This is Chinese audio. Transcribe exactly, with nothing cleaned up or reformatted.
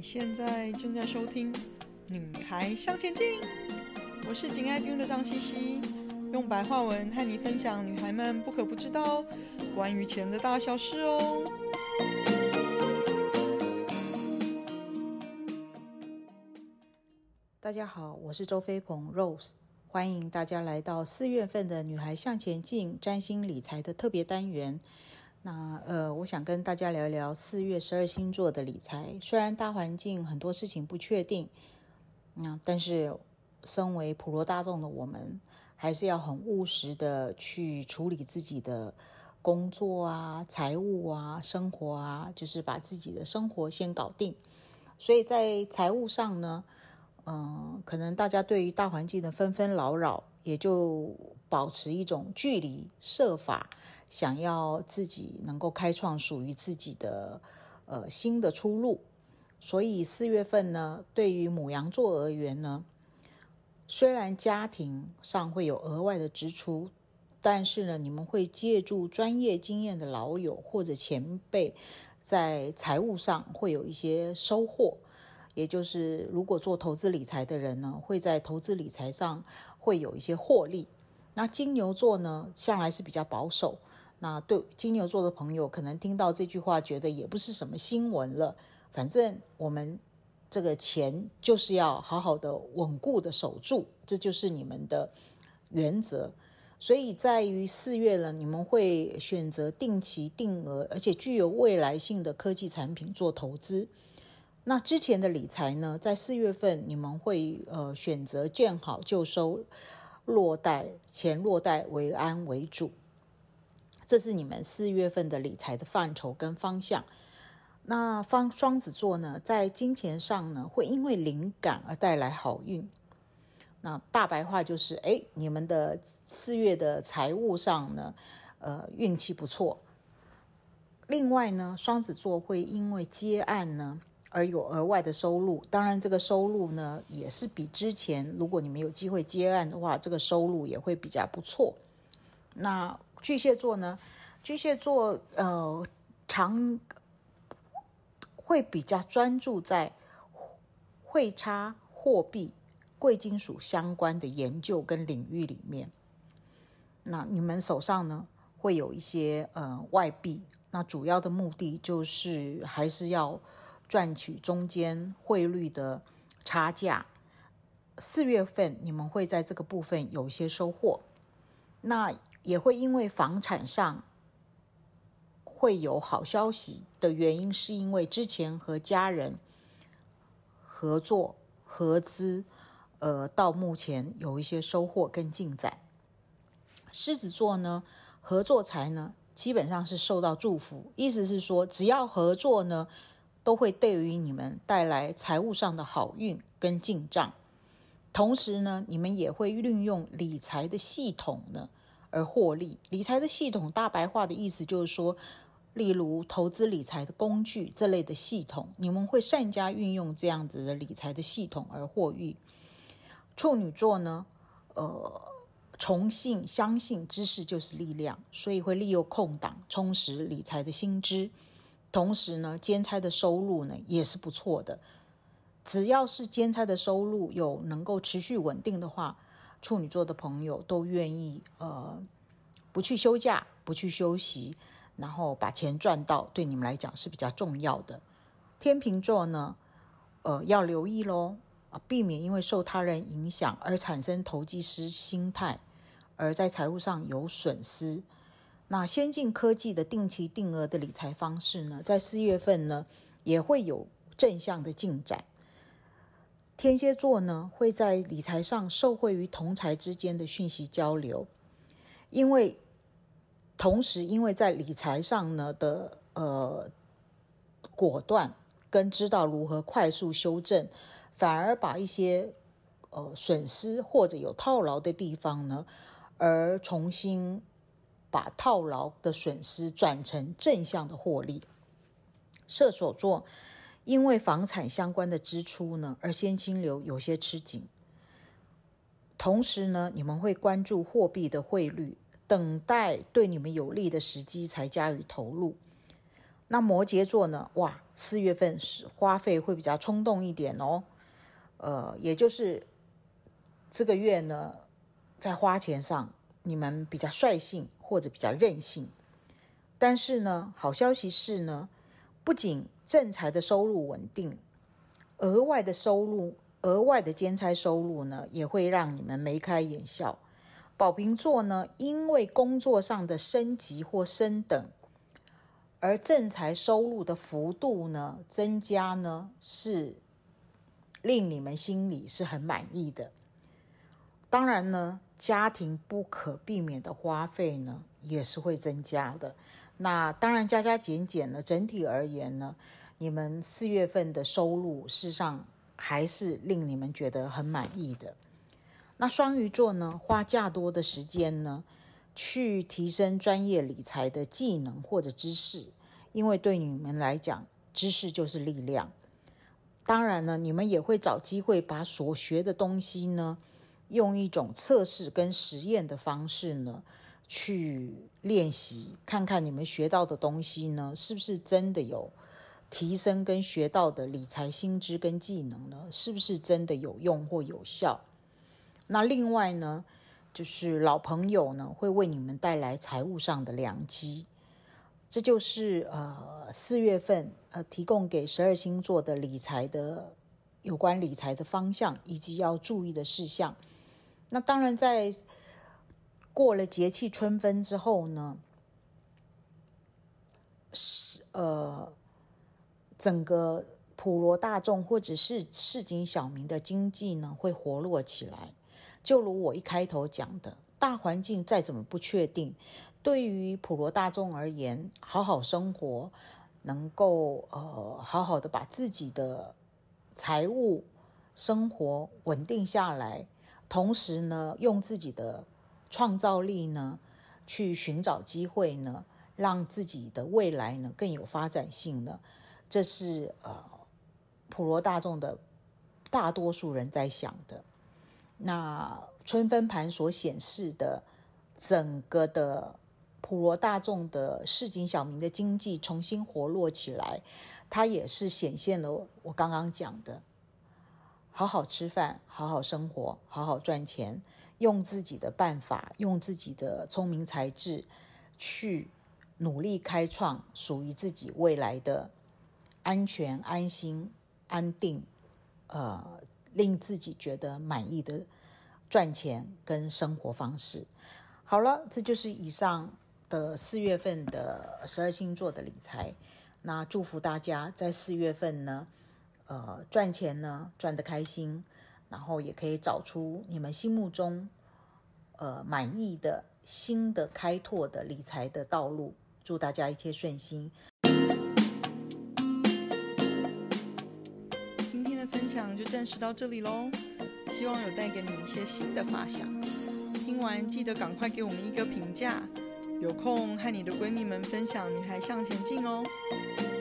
现在正在收听《女孩向前进》，我是紧爱听的张茜茜，用白话文和你分享女孩们不可不知道关于钱的大小事哦。 大家好，我是周飞鹏 Rose， 欢迎大家来到四月份的女孩向前进占星理财的特别单元。那呃，我想跟大家聊聊四月十二星座的理财。虽然大环境很多事情不确定，那但是身为普罗大众的我们，还是要很务实的去处理自己的工作啊、财务啊、生活啊，就是把自己的生活先搞定。所以在财务上呢，嗯、呃，可能大家对于大环境的纷纷扰扰，也就保持一种距离，设法想要自己能够开创属于自己的呃新的出路。所以四月份呢，对于牡羊座而言呢，虽然家庭上会有额外的支出，但是呢，你们会借助专业经验的老友或者前辈，在财务上会有一些收获。也就是如果做投资理财的人呢，会在投资理财上会有一些获利。那金牛座呢，向来是比较保守，那对金牛座的朋友可能听到这句话觉得也不是什么新闻了，反正我们这个钱就是要好好的稳固的守住，这就是你们的原则。所以在于四月了，你们会选择定期定额而且具有未来性的科技产品做投资。那之前的理财呢，在四月份你们会呃选择见好就收，落袋钱落袋为安为主，这是你们四月份的理财的范畴跟方向。那方双子座呢，在金钱上呢，会因为灵感而带来好运。那大白话就是，哎，你们的四月的财务上呢，呃，运气不错。另外呢，双子座会因为接案呢而有额外的收入，当然这个收入呢，也是比之前如果你们有机会接案的话，这个收入也会比较不错。那巨蟹座呢，巨蟹座呃常会比较专注在汇差、货币、贵金属相关的研究跟领域里面。那你们手上呢，会有一些呃外币，那主要的目的就是还是要赚取中间汇率的差价。四月份你们会在这个部分有一些收获。那也会因为房产上会有好消息的原因，是因为之前和家人合作合资，呃，到目前有一些收获跟进展。狮子座呢，合作财呢基本上是受到祝福，意思是说只要合作呢，都会对于你们带来财务上的好运跟进账。同时呢，你们也会运用理财的系统呢而获利。理财的系统大白话的意思就是说，例如投资理财的工具这类的系统，你们会善加运用这样子的理财的系统而获益。处女座呢，呃，崇信相信知识就是力量，所以会利用空档充实理财的新知。同时呢，兼差的收入呢也是不错的。只要是兼差的收入有能够持续稳定的话，处女座的朋友都愿意呃不去休假，不去休息，然后把钱赚到，对你们来讲是比较重要的。天秤座呢，呃要留意咯，啊，避免因为受他人影响而产生投机失心态，而在财务上有损失。那先进科技的定期定额的理财方式呢，在四月份呢也会有正向的进展。天蝎座呢，会在理财上受惠于同财之间的讯息交流，因为同时因为在理财上呢的呃果断跟知道如何快速修正，反而把一些呃损失或者有套牢的地方呢，而重新把套牢的损失转成正向的获利。射手座因为房产相关的支出呢，而现金流有些吃紧。同时呢，你们会关注货币的汇率，等待对你们有利的时机才加以投入。 那摩羯座呢，哇，四月份是花费会比较冲动一点哦，呃，也就是这个月呢，在花钱上你们比较率性或者比较任性。但是呢，好消息是呢，不仅正财的收入稳定，额外的收入、额外的兼差收入呢，也会让你们眉开眼笑。宝瓶座呢，因为工作上的升级或升等，而正财收入的幅度呢增加呢，是令你们心里是很满意的。当然呢，家庭不可避免的花费呢，也是会增加的。那当然加加减减呢，整体而言呢，你们四月份的收入事实上还是令你们觉得很满意的。那双鱼座呢，花较多的时间呢，去提升专业理财的技能或者知识，因为对你们来讲，知识就是力量。当然呢，你们也会找机会把所学的东西呢，用一种测试跟实验的方式呢，去练习，看看你们学到的东西呢，是不是真的有提升跟学到的理财新知跟技能呢，是不是真的有用或有效。那另外呢，就是老朋友呢，会为你们带来财务上的良机。这就是呃四月份呃提供给十二星座的理财的有关理财的方向以及要注意的事项。那当然在过了节气春分之后呢，呃，整个普罗大众或者是市井小民的经济呢，会活络起来。就如我一开头讲的，大环境再怎么不确定，对于普罗大众而言，好好生活，能够呃好好的把自己的财务生活稳定下来，同时呢，用自己的创造力呢，去寻找机会呢，让自己的未来呢更有发展性呢，这是呃普罗大众的大多数人在想的。那春分盘所显示的整个的普罗大众的市井小民的经济重新活络起来，它也是显现了我刚刚讲的，好好吃饭，好好生活，好好赚钱，用自己的办法，用自己的聪明才智去努力开创属于自己未来的安全、安心、安定，呃，令自己觉得满意的赚钱跟生活方式。好了，这就是以上的四月份的十二星座的理财。那祝福大家在四月份呢，呃，赚钱呢赚得开心，然后也可以找出你们心目中呃满意的新的开拓的理财的道路。祝大家一切顺心。 今天的分享就暂时到这里咯，希望有带给你一些新的发想。听完记得赶快给我们一个评价，有空和你的闺蜜们分享《女孩向前进》哦。